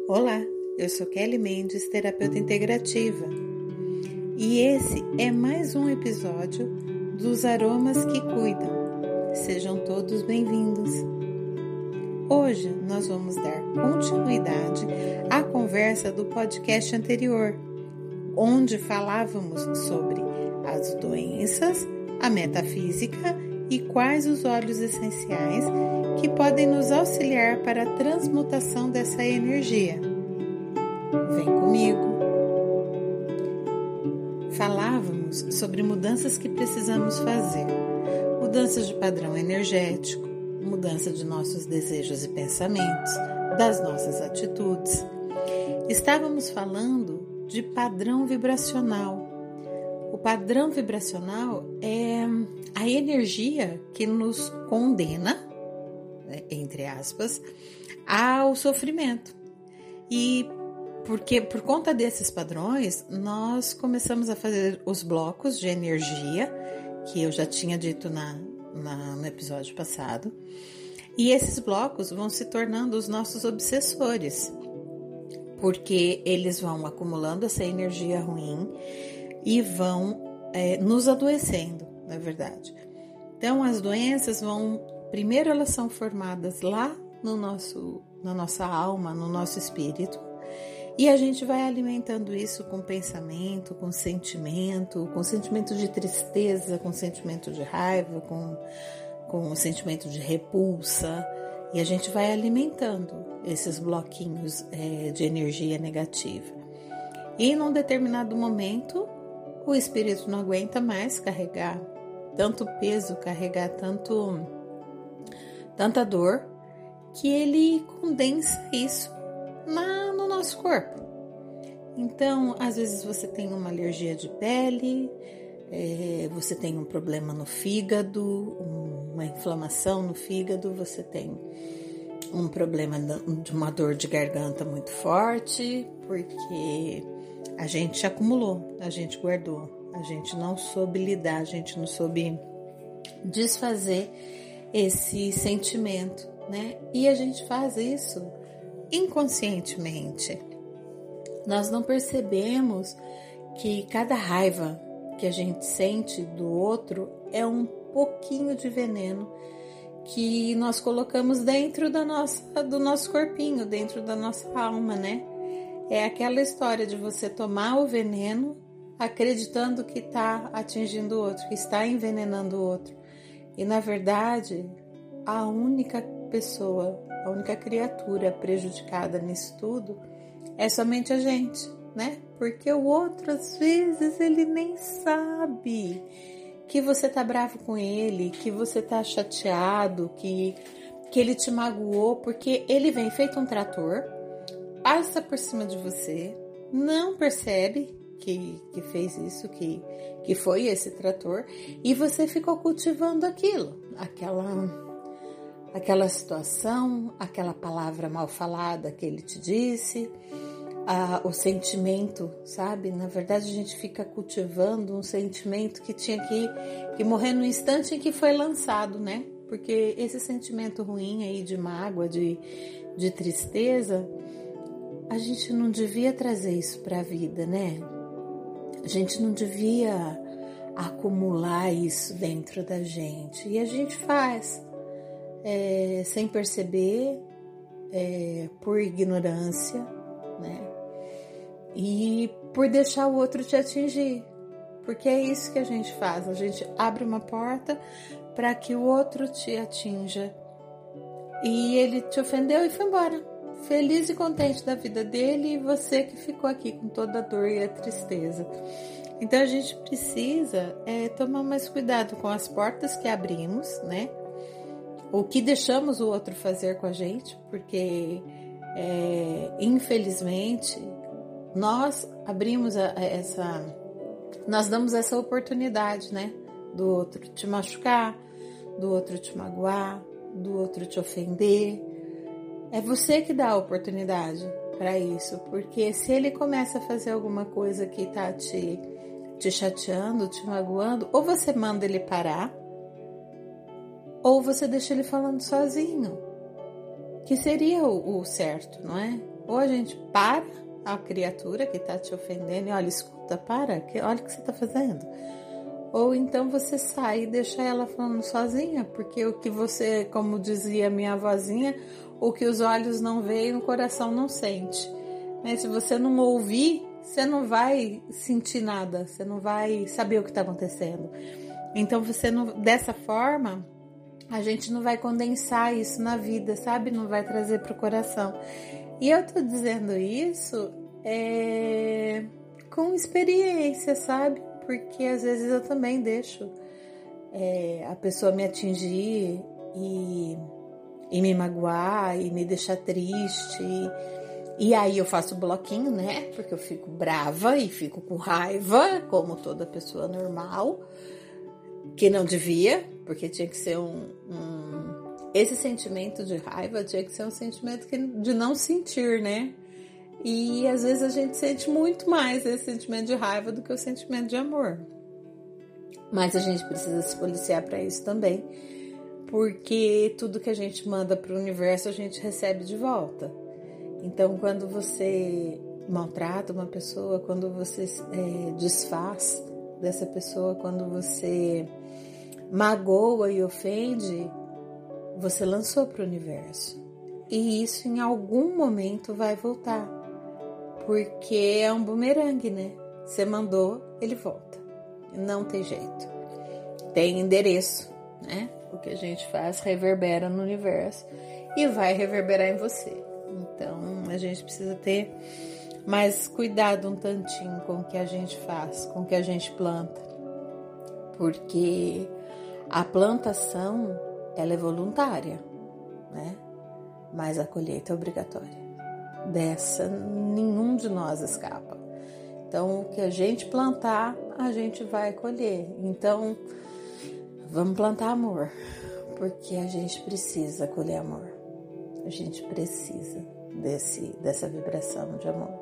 Olá, eu sou Kelly Mendes, terapeuta integrativa, e esse é mais um episódio dos Aromas que Cuidam. Sejam todos bem-vindos. Hoje nós vamos dar continuidade à conversa do podcast anterior, onde falávamos sobre as doenças, a metafísica e quais os óleos essenciais que podem nos auxiliar para a transmutação dessa energia. Vem comigo! Falávamos sobre mudanças que precisamos fazer, mudanças de padrão energético, mudança de nossos desejos e pensamentos, das nossas atitudes. Estávamos falando de padrão vibracional. O padrão vibracional é a energia que nos condena, entre aspas, ao sofrimento. E porque por conta desses padrões, nós começamos a fazer os blocos de energia, que eu já tinha dito no episódio passado, e esses blocos vão se tornando os nossos obsessores, porque eles vão acumulando essa energia ruim e vão nos adoecendo, na verdade. Então, as doenças primeiro elas são formadas lá na nossa alma, no nosso espírito, e a gente vai alimentando isso com pensamento, com sentimento de tristeza, com sentimento de raiva, com sentimento de repulsa, e a gente vai alimentando esses bloquinhos de energia negativa. E num determinado momento, o espírito não aguenta mais carregar tanto peso, carregar tanta dor, que ele condensa isso no nosso corpo. Então, às vezes você tem uma alergia de pele, você tem um problema no fígado, uma inflamação no fígado, você tem um problema de uma dor de garganta muito forte, porque a gente acumulou, a gente guardou, a gente não soube lidar, a gente não soube desfazer esse sentimento, né? E a gente faz isso inconscientemente. Nós não percebemos que cada raiva que a gente sente do outro é um pouquinho de veneno que nós colocamos dentro do nosso corpinho, dentro da nossa alma, né? É aquela história de você tomar o veneno acreditando que está atingindo o outro, que está envenenando o outro. E, na verdade, a única pessoa, a única criatura prejudicada nisso tudo é somente a gente, né? Porque o outro, às vezes, ele nem sabe que você tá bravo com ele, que você tá chateado, que ele te magoou, porque ele vem feito um trator, passa por cima de você, não percebe que fez isso, que foi esse trator, e você ficou cultivando aquilo, aquela situação, aquela palavra mal falada que ele te disse, o sentimento, sabe? Na verdade, a gente fica cultivando um sentimento que tinha que morrer no instante em que foi lançado, né? Porque esse sentimento ruim aí de mágoa, de tristeza, a gente não devia trazer isso para a vida, né? A gente não devia acumular isso dentro da gente. E a gente faz, sem perceber, por ignorância, né? E por deixar o outro te atingir. Porque é isso que a gente faz. A gente abre uma porta para que o outro te atinja. E ele te ofendeu e foi embora. Feliz e contente da vida dele, e você que ficou aqui com toda a dor e a tristeza. Então a gente precisa tomar mais cuidado com as portas que abrimos, né? O que deixamos o outro fazer com a gente, porque infelizmente nós abrimos nós damos essa oportunidade, né? Do outro te machucar, do outro te magoar, do outro te ofender. É você que dá a oportunidade para isso, porque se ele começa a fazer alguma coisa que tá te chateando, te magoando, ou você manda ele parar, ou você deixa ele falando sozinho, que seria o certo, não é? Ou a gente para a criatura que está te ofendendo e olha, escuta, olha o que você está fazendo. Ou então você sai e deixa ela falando sozinha, porque o que você, como dizia minha avózinha, o que os olhos não veem, o coração não sente. Mas se você não ouvir, você não vai sentir nada, você não vai saber o que está acontecendo. Então você não, dessa forma, a gente não vai condensar isso na vida, sabe? Não vai trazer para o coração. E eu tô dizendo isso com experiência, sabe? Porque às vezes eu também deixo a pessoa me atingir e me magoar e me deixar triste. E aí eu faço bloquinho, né? Porque eu fico brava e fico com raiva, como toda pessoa normal, que não devia, porque tinha que ser esse sentimento de raiva tinha que ser um sentimento de não sentir, né? E às vezes a gente sente muito mais esse sentimento de raiva do que o sentimento de amor. Mas a gente precisa se policiar para isso também, porque tudo que a gente manda para o universo a gente recebe de volta. Então, quando você maltrata uma pessoa, quando você desfaz dessa pessoa, quando você magoa e ofende, você lançou para o universo. E isso em algum momento vai voltar. Porque é um bumerangue, né? Você mandou, ele volta. Não tem jeito. Tem endereço, né? O que a gente faz reverbera no universo e vai reverberar em você. Então, a gente precisa ter mais cuidado um tantinho com o que a gente faz, com o que a gente planta. Porque a plantação, ela é voluntária, né? Mas a colheita é obrigatória. Dessa, nenhum de nós escapa. Então, o que a gente plantar, a gente vai colher. Então, vamos plantar amor, porque a gente precisa colher amor. A gente precisa dessa vibração de amor.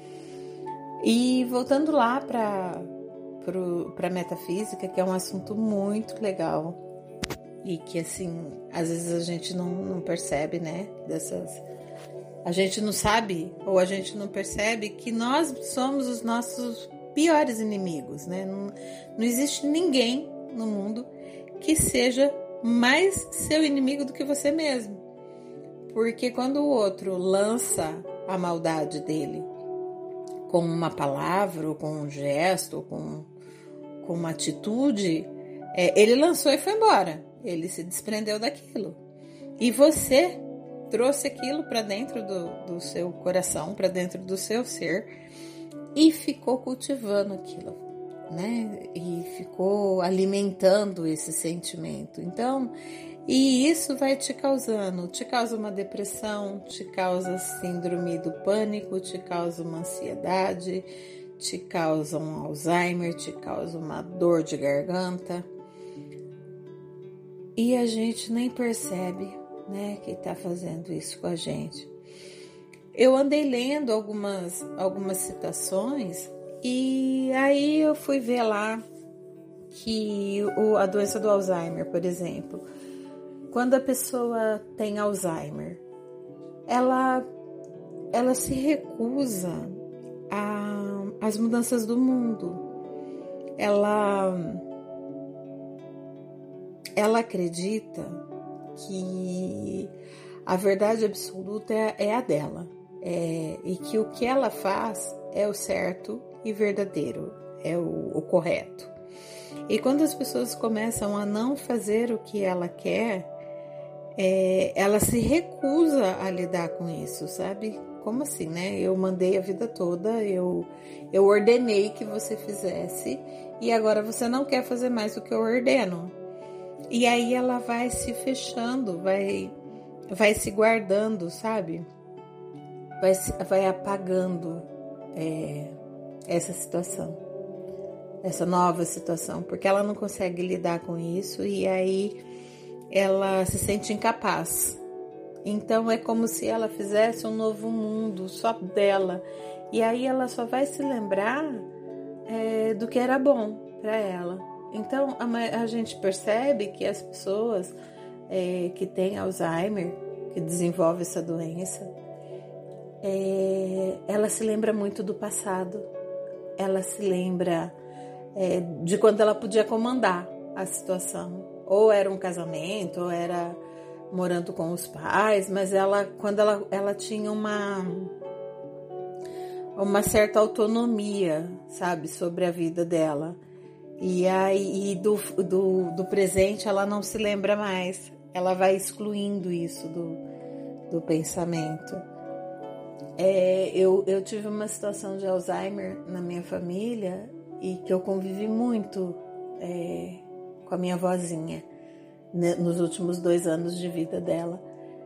E voltando lá para a metafísica, que é um assunto muito legal e que, assim, às vezes a gente não percebe, né? A gente não sabe ou a gente não percebe que nós somos os nossos piores inimigos, né? Não existe ninguém no mundo que seja mais seu inimigo do que você mesmo. Porque quando o outro lança a maldade dele com uma palavra, ou com um gesto, ou com uma atitude, ele lançou e foi embora. Ele se desprendeu daquilo. E você trouxe aquilo para dentro do seu coração, para dentro do seu ser e ficou cultivando aquilo, né? E ficou alimentando esse sentimento. Então, e isso vai te causa uma depressão, te causa síndrome do pânico, te causa uma ansiedade, te causa um Alzheimer, te causa uma dor de garganta. E a gente nem percebe, né, que está fazendo isso com a gente. Eu andei lendo algumas citações e aí eu fui ver lá que a doença do Alzheimer, por exemplo, quando a pessoa tem Alzheimer, ela se recusa às mudanças do mundo. Ela acredita que a verdade absoluta é a dela, e que o que ela faz é o certo e verdadeiro, é o correto. E quando as pessoas começam a não fazer o que ela quer, ela se recusa a lidar com isso, sabe? Como assim, né? Eu mandei a vida toda, eu ordenei que você fizesse e agora você não quer fazer mais do que eu ordeno. E aí ela vai se fechando, vai se guardando, sabe? Vai apagando essa situação, essa nova situação, porque ela não consegue lidar com isso e aí ela se sente incapaz. Então é como se ela fizesse um novo mundo só dela e aí ela só vai se lembrar do que era bom para ela. Então a gente percebe que as pessoas que têm Alzheimer, que desenvolvem essa doença, ela se lembra muito do passado. Ela se lembra de quando ela podia comandar a situação. Ou era um casamento, ou era morando com os pais, mas quando ela tinha uma certa autonomia, sabe, sobre a vida dela. E aí do presente ela não se lembra mais. Ela vai excluindo isso do pensamento. Eu tive uma situação de Alzheimer na minha família e que eu convivi muito com a minha vozinha nos últimos 2 anos de vida dela.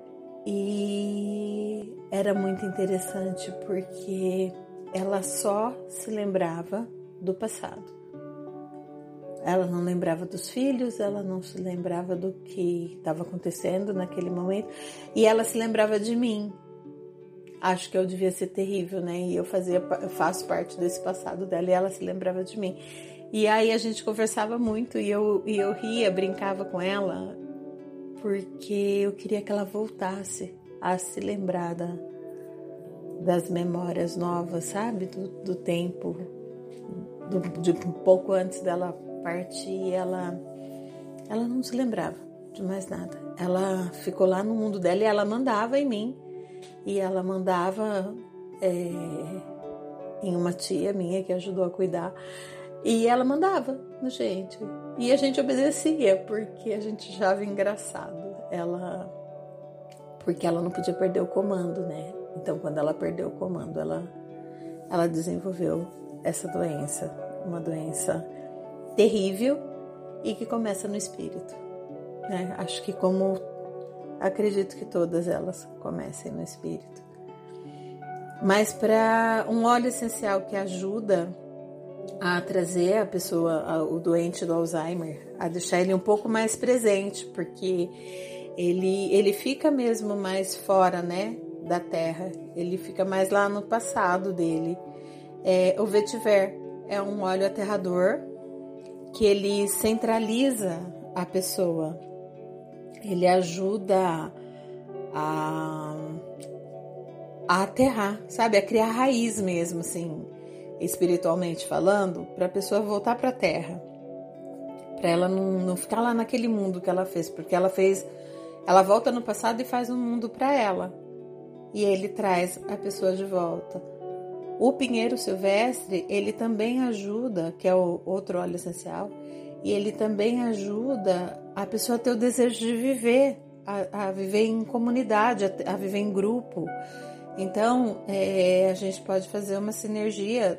E era muito interessante porque ela só se lembrava do passado. Ela não lembrava dos filhos, ela não se lembrava do que estava acontecendo naquele momento, e ela se lembrava de mim. Acho que eu devia ser terrível, né? E eu faço parte desse passado dela, e ela se lembrava de mim. E aí a gente conversava muito, e eu ria, brincava com ela, porque eu queria que ela voltasse a se lembrar das memórias novas, sabe? Do tempo, de um pouco antes dela partir, ela não se lembrava de mais nada. Ela ficou lá no mundo dela e ela mandava em mim. E ela mandava em uma tia minha que ajudou a cuidar. E ela mandava na gente. E a gente obedecia, porque a gente achava engraçado. Porque ela não podia perder o comando, né? Então, quando ela perdeu o comando, ela desenvolveu essa doença. Uma doença terrível e que começa no espírito, né? Acho que acredito que todas elas comecem no espírito. Mas para um óleo essencial que ajuda a trazer a pessoa, o doente do Alzheimer, a deixar ele um pouco mais presente, porque ele fica mesmo mais fora, né, da Terra, ele fica mais lá no passado dele. O vetiver é um óleo aterrador que ele centraliza a pessoa, ele ajuda a aterrar, sabe, a criar raiz mesmo, assim, espiritualmente falando, para a pessoa voltar para a Terra, para ela não ficar lá naquele mundo que ela fez, porque ela volta no passado e faz um mundo para ela, e ele traz a pessoa de volta. O pinheiro silvestre, ele também ajuda, que é o outro óleo essencial, e ele também ajuda a pessoa a ter o desejo de viver, a viver em comunidade, a viver em grupo. Então, a gente pode fazer uma sinergia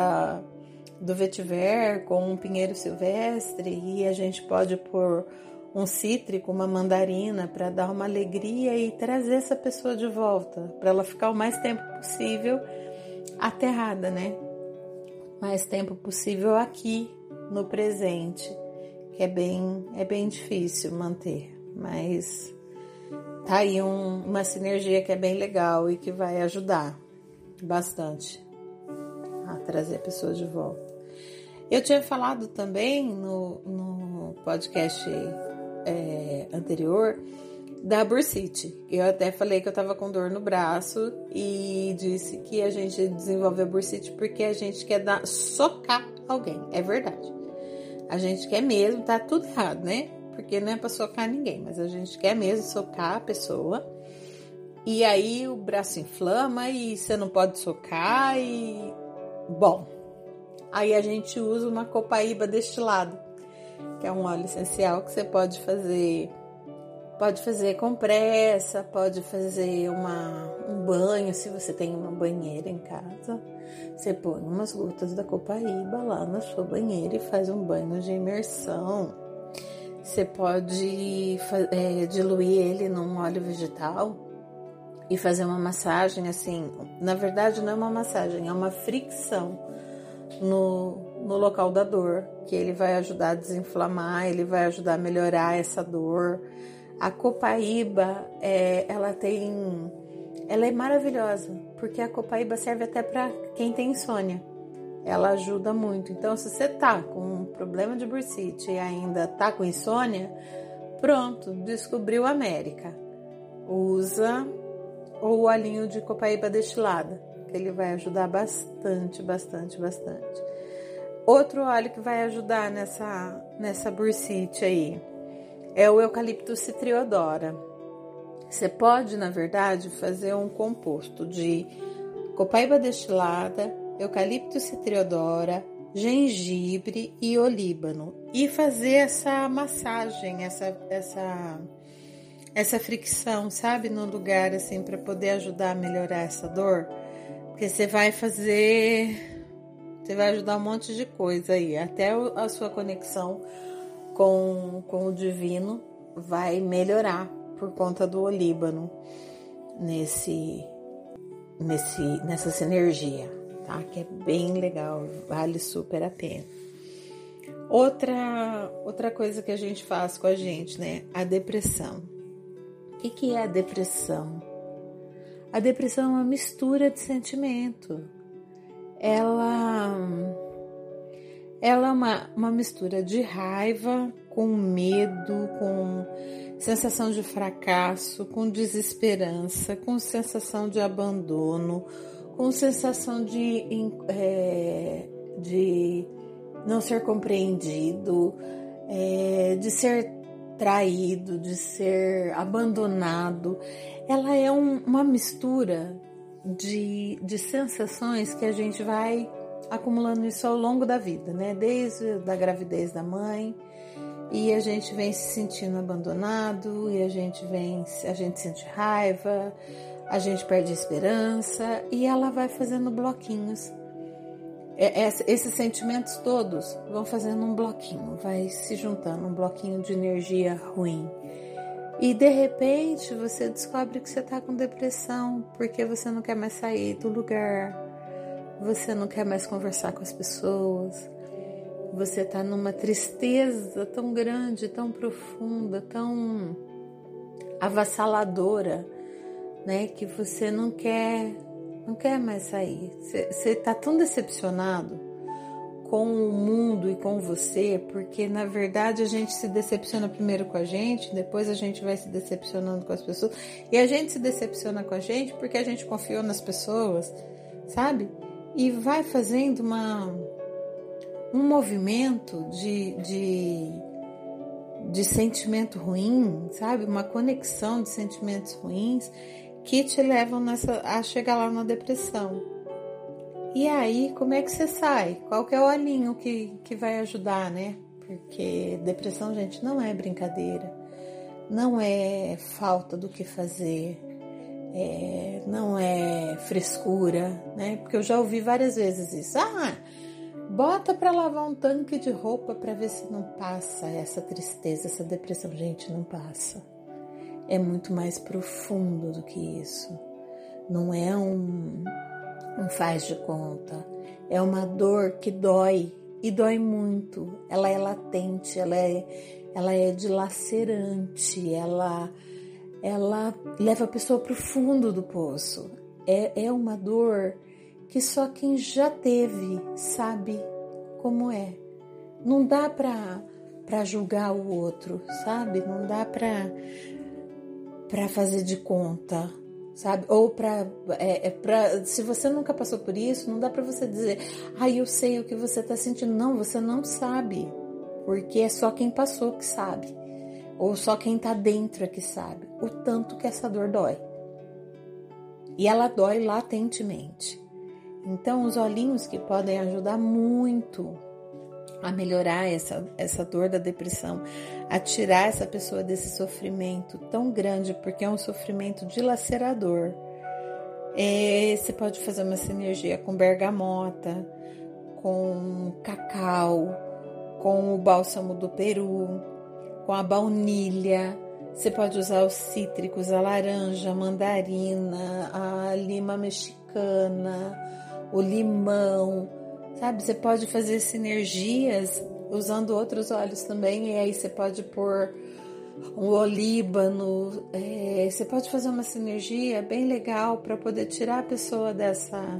do vetiver com um pinheiro silvestre, e a gente pode pôr um cítrico, uma mandarina, para dar uma alegria e trazer essa pessoa de volta, para ela ficar o mais tempo possível aterrada, né? Mais tempo possível aqui no presente, que é bem difícil manter, mas tá aí uma sinergia que é bem legal e que vai ajudar bastante a trazer a pessoa de volta. Eu tinha falado também no podcast anterior da bursite. Eu até falei que eu tava com dor no braço e disse que a gente desenvolve a bursite porque a gente quer socar alguém. É verdade. A gente quer mesmo, tá tudo errado, né? Porque não é pra socar ninguém, mas a gente quer mesmo socar a pessoa. E aí o braço inflama e você não pode socar e... Bom, aí a gente usa uma copaíba destilado, que é um óleo essencial que você pode fazer compressa, pode fazer um banho, se você tem uma banheira em casa, você põe umas gotas da copaíba lá na sua banheira e faz um banho de imersão. Você pode diluir ele num óleo vegetal e fazer uma massagem assim. Na verdade não é uma massagem, é uma fricção no local da dor, que ele vai ajudar a desinflamar, ele vai ajudar a melhorar essa dor. A copaíba, ela é maravilhosa, porque a copaíba serve até para quem tem insônia. Ela ajuda muito. Então, se você tá com um problema de bursite e ainda tá com insônia, pronto, descobriu a América. Usa ou o olhinho de copaíba destilada, que ele vai ajudar bastante. Outro óleo que vai ajudar nessa bursite aí é o eucalipto citriodora. Você pode, na verdade, fazer um composto de copaíba destilada, eucalipto citriodora, gengibre e olíbano e fazer essa massagem, essa fricção, sabe, no lugar assim para poder ajudar a melhorar essa dor, porque você vai ajudar um monte de coisa aí, até a sua conexão com o divino vai melhorar por conta do olíbano nessa sinergia, tá? Que é bem legal, vale super a pena. Outra coisa que a gente faz com a gente, né? A depressão. O que é a depressão? A depressão é uma mistura de sentimento. Ela é uma mistura de raiva com medo, com sensação de fracasso, com desesperança, com sensação de abandono, com sensação de não ser compreendido, de ser traído, de ser abandonado. Ela é uma mistura de sensações que a gente vai acumulando isso ao longo da vida, né? Desde a gravidez da mãe, e a gente vem se sentindo abandonado, e a gente sente raiva, a gente perde a esperança, e ela vai fazendo bloquinhos. Esses sentimentos todos vão fazendo um bloquinho, vai se juntando, um bloquinho de energia ruim. E de repente você descobre que você está com depressão, porque você não quer mais sair do lugar, você não quer mais conversar com as pessoas, você está numa tristeza tão grande, tão profunda, tão avassaladora, né, que você não quer mais sair. Você está tão decepcionado com o mundo e com você, porque na verdade a gente se decepciona primeiro com a gente, depois a gente vai se decepcionando com as pessoas, e a gente se decepciona com a gente porque a gente confiou nas pessoas, sabe? E vai fazendo um movimento de sentimento ruim, sabe? Uma conexão de sentimentos ruins que te levam a chegar lá na depressão. E aí, como é que você sai? Qual que é o olhinho que vai ajudar, né? Porque depressão, gente, não é brincadeira, não é falta do que fazer, não é frescura, né? Porque eu já ouvi várias vezes isso. Bota para lavar um tanque de roupa para ver se não passa essa tristeza, essa depressão. Gente, não passa. É muito mais profundo do que isso. Não é um faz de conta. É uma dor que dói, e dói muito. Ela é latente, ela é dilacerante, ela leva a pessoa para o fundo do poço. É uma dor que só quem já teve sabe como é. Não dá para julgar o outro, sabe? Não dá para fazer de conta, sabe? Ou se você nunca passou por isso, não dá para você dizer, eu sei o que você está sentindo. Não, você não sabe, porque é só quem passou que sabe, ou só quem está dentro é que sabe o tanto que essa dor dói. E ela dói latentemente. Então, os olhinhos que podem ajudar muito a melhorar essa dor da depressão, a tirar essa pessoa desse sofrimento tão grande, porque é um sofrimento dilacerador. Você pode fazer uma sinergia com bergamota, com cacau, com o bálsamo do Peru, com a baunilha. Você pode usar os cítricos, a laranja, a mandarina, a lima mexicana, o limão, sabe? Você pode fazer sinergias usando outros óleos também, e aí você pode pôr um olíbano, você pode fazer uma sinergia bem legal para poder tirar a pessoa dessa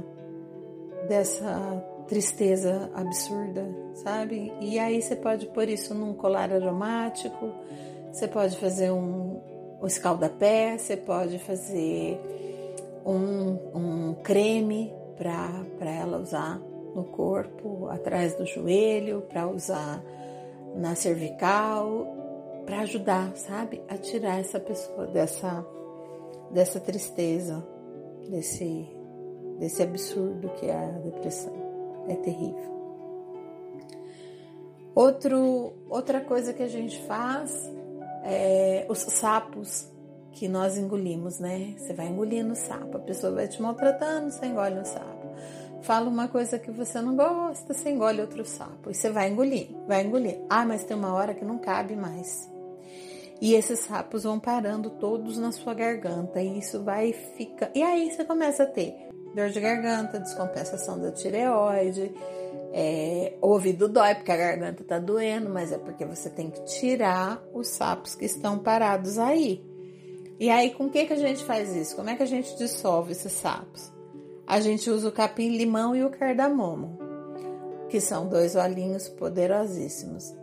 tristeza absurda, sabe? E aí você pode pôr isso num colar aromático, você pode fazer um escaldapé, você pode fazer um creme para ela usar no corpo, atrás do joelho, para usar na cervical, para ajudar, sabe, a tirar essa pessoa dessa tristeza, desse absurdo que é a depressão. É terrível. Outra coisa que a gente faz é os sapos que nós engolimos, né? Você vai engolindo o sapo, a pessoa vai te maltratando, você engole o sapo. Fala uma coisa que você não gosta, você engole outro sapo. E você vai engolir. Ah, mas tem uma hora que não cabe mais. E esses sapos vão parando todos na sua garganta. E isso vai ficar... E aí você começa a ter dor de garganta, descompensação da tireoide. O ouvido dói porque a garganta tá doendo, mas é porque você tem que tirar os sapos que estão parados aí. E aí com o que a gente faz isso? Como é que a gente dissolve esses sapos? A gente usa o capim-limão e o cardamomo, que são 2 olhinhos poderosíssimos.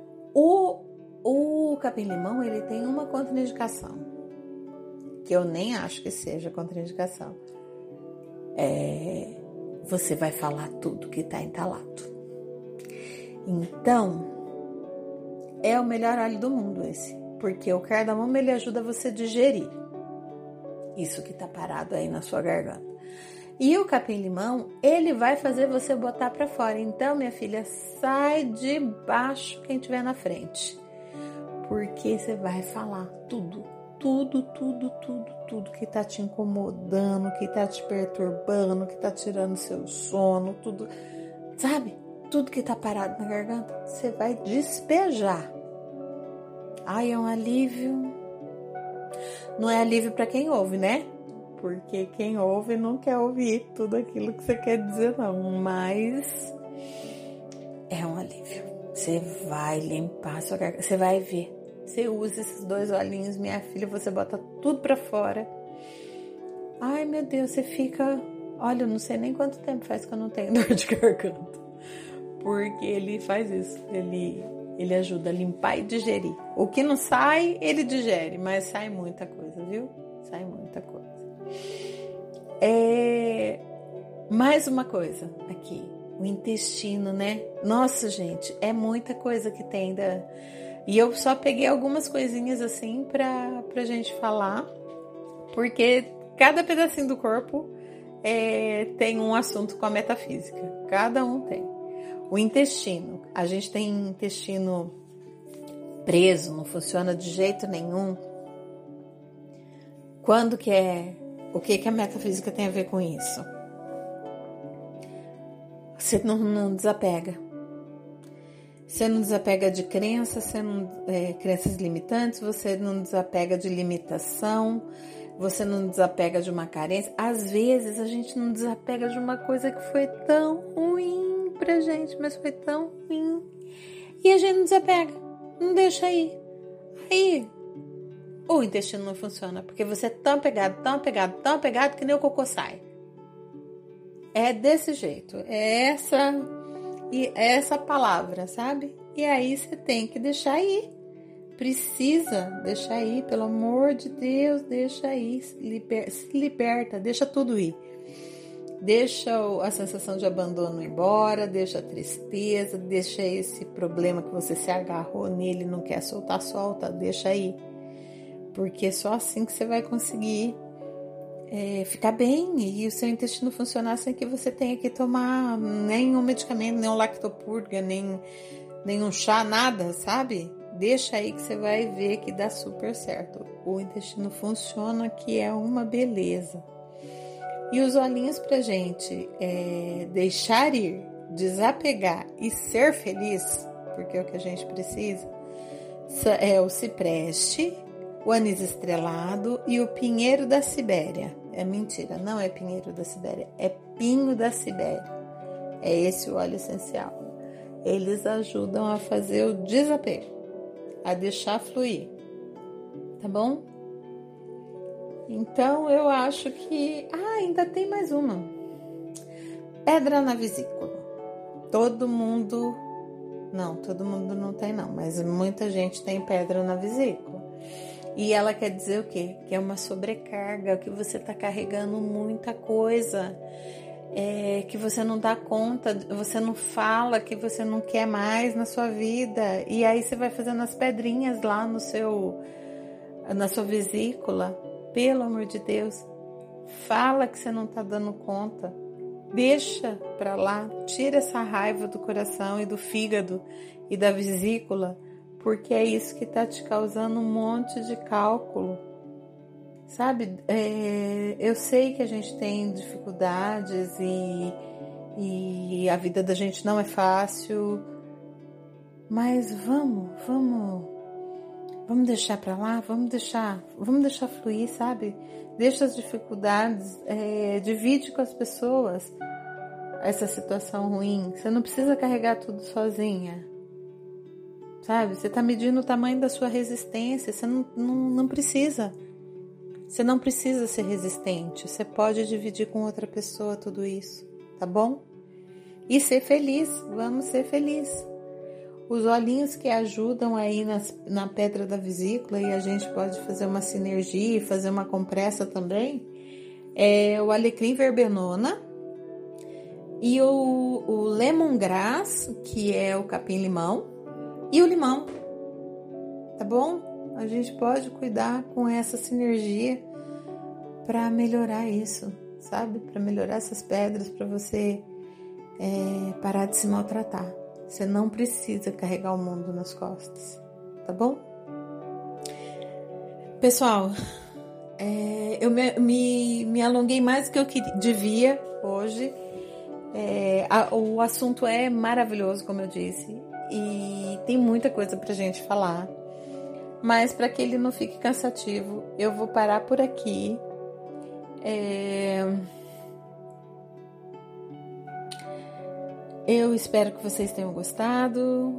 O capim-limão, ele tem uma contraindicação, que eu nem acho que seja contraindicação. Você vai falar tudo que está entalado. Então, é o melhor óleo do mundo esse, porque o cardamomo, ele ajuda você a digerir isso que está parado aí na sua garganta. E o capim-limão, ele vai fazer você botar para fora. Então, minha filha, sai de baixo quem estiver na frente. Porque você vai falar tudo que tá te incomodando, que tá te perturbando, que tá tirando seu sono, tudo. Sabe? Tudo que tá parado na garganta, você vai despejar. Ai, é um alívio. Não é alívio para quem ouve, né? Porque quem ouve não quer ouvir tudo aquilo que você quer dizer, não. Mas é um alívio. Você vai limpar a sua garganta. Você vai ver. Você usa esses 2 olhinhos, minha filha, você bota tudo pra fora. Ai, meu Deus, você fica... Olha, eu não sei nem quanto tempo faz que eu não tenho dor de garganta. Porque ele faz isso. Ele ajuda a limpar e digerir. O que não sai, ele digere. Mas sai muita coisa, viu? Sai muita coisa. Mais uma coisa aqui, o intestino, né? Nossa, gente, é muita coisa que tem e eu só peguei algumas coisinhas assim pra gente falar, porque cada pedacinho do corpo tem um assunto com a metafísica, cada um tem. O intestino, a gente tem intestino preso, não funciona de jeito nenhum. Quando que o que a metafísica tem a ver com isso? Você não desapega. Você não desapega de crenças, crenças limitantes, você não desapega de limitação, você não desapega de uma carência. Às vezes a gente não desapega de uma coisa que foi tão ruim pra gente, mas foi tão ruim. E a gente não desapega, não deixa aí. Aí o intestino não funciona, porque você é tão apegado que nem o cocô sai. É desse jeito, é essa palavra, sabe? E aí você tem que deixar aí. Precisa deixar aí, pelo amor de Deus, deixa aí, se liberta, deixa tudo ir. Deixa a sensação de abandono embora, deixa a tristeza, deixa esse problema que você se agarrou nele e não quer soltar, solta, deixa aí. Porque é só assim que você vai conseguir ficar bem e o seu intestino funcionar sem que você tenha que tomar nenhum medicamento, nenhum lactopurga, nem um chá, nada, sabe? Deixa aí que você vai ver que dá super certo. O intestino funciona, que é uma beleza. E os olhinhos pra gente deixar ir, desapegar e ser feliz, porque é o que a gente precisa, é o cipreste, o anis estrelado e o pinheiro da Sibéria. É mentira, não é pinheiro da Sibéria, é pinho da Sibéria. É esse o óleo essencial. Eles ajudam a fazer o desapego, a deixar fluir, tá bom? Então eu acho que... ainda tem mais uma. Pedra na vesícula. Todo mundo não tem não, mas muita gente tem pedra na vesícula. E ela quer dizer o quê? Que é uma sobrecarga, que você está carregando muita coisa, que você não dá conta, você não fala, que você não quer mais na sua vida. E aí você vai fazendo as pedrinhas lá na sua vesícula. Pelo amor de Deus, fala que você não está dando conta. Deixa pra lá, tira essa raiva do coração e do fígado e da vesícula, porque é isso que está te causando um monte de cálculo, sabe? Eu sei que a gente tem dificuldades e a vida da gente não é fácil, mas vamos deixar pra lá, vamos deixar fluir, sabe? Deixa as dificuldades, divide com as pessoas essa situação ruim. Você não precisa carregar tudo sozinha, sabe? Você está medindo o tamanho da sua resistência, você não precisa. Você não precisa ser resistente, você pode dividir com outra pessoa tudo isso, tá bom? E ser feliz, vamos ser felizes. Os olhinhos que ajudam aí na pedra da vesícula, e a gente pode fazer uma sinergia e fazer uma compressa também, é o alecrim verbenona e o lemongrass, que é o capim-limão, e o limão, tá bom? A gente pode cuidar com essa sinergia para melhorar isso, sabe? Para melhorar essas pedras, para você parar de se maltratar. Você não precisa carregar o mundo nas costas, tá bom? Pessoal, eu me alonguei mais do que eu devia hoje. O assunto é maravilhoso, como eu disse, e tem muita coisa pra gente falar. Mas para que ele não fique cansativo, eu vou parar por aqui. Eu espero que vocês tenham gostado.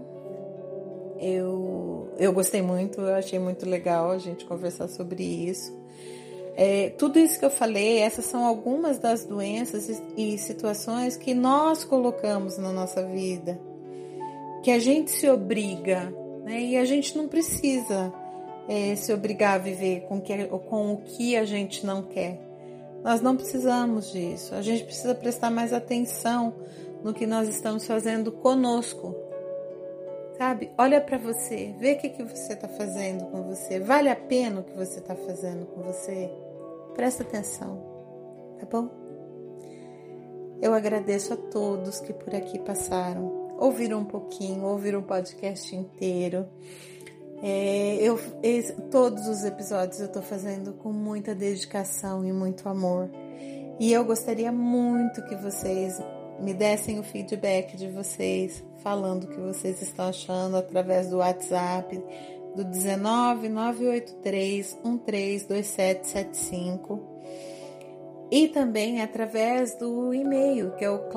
Eu gostei muito, eu achei muito legal a gente conversar sobre isso. Tudo isso que eu falei, essas são algumas das doenças e situações que nós colocamos na nossa vida, que a gente se obriga, né? E a gente não precisa se obrigar a viver com o que a gente não quer. Nós não precisamos disso. A gente precisa prestar mais atenção no que nós estamos fazendo conosco, sabe? Olha para você, vê o que você está fazendo com você. Vale a pena o que você está fazendo com você? Presta atenção, tá bom? Eu agradeço a todos que por aqui passaram, ouviram um pouquinho, ouviram o podcast inteiro. Todos os episódios eu estou fazendo com muita dedicação e muito amor. E eu gostaria muito que vocês me dessem o feedback de vocês, falando o que vocês estão achando através do WhatsApp do 19 983 132775 e também através do e-mail, que é o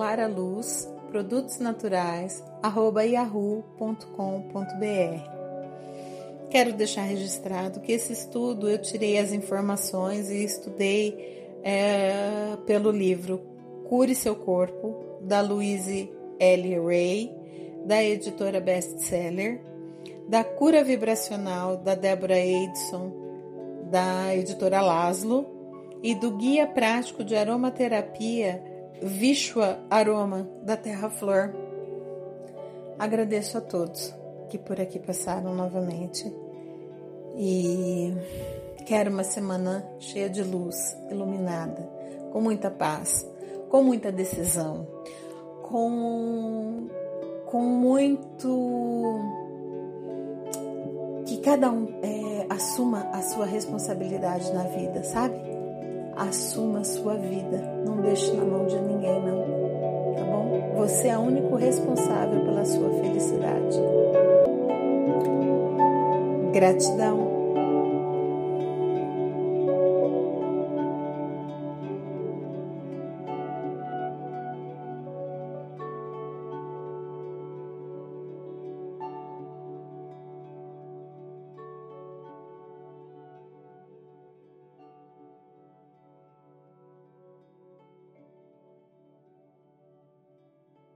claraluzprodutosnaturais@yahoo.com.br. Quero deixar registrado que esse estudo eu tirei as informações e estudei pelo livro Cure Seu Corpo, da Louise L. Ray, da editora Bestseller, da Cura Vibracional, da Deborah Edson, da editora Laszlo, e do Guia Prático de Aromaterapia Vishwa Aroma, da Terra Flor. Agradeço a todos que por aqui passaram novamente e quero uma semana cheia de luz, iluminada, com muita paz, com muita decisão, com muito... que cada um assuma a sua responsabilidade na vida, sabe? Assuma a sua vida, não deixe na mão de ninguém, não, tá bom? Você é o único responsável pela sua felicidade. Gratidão.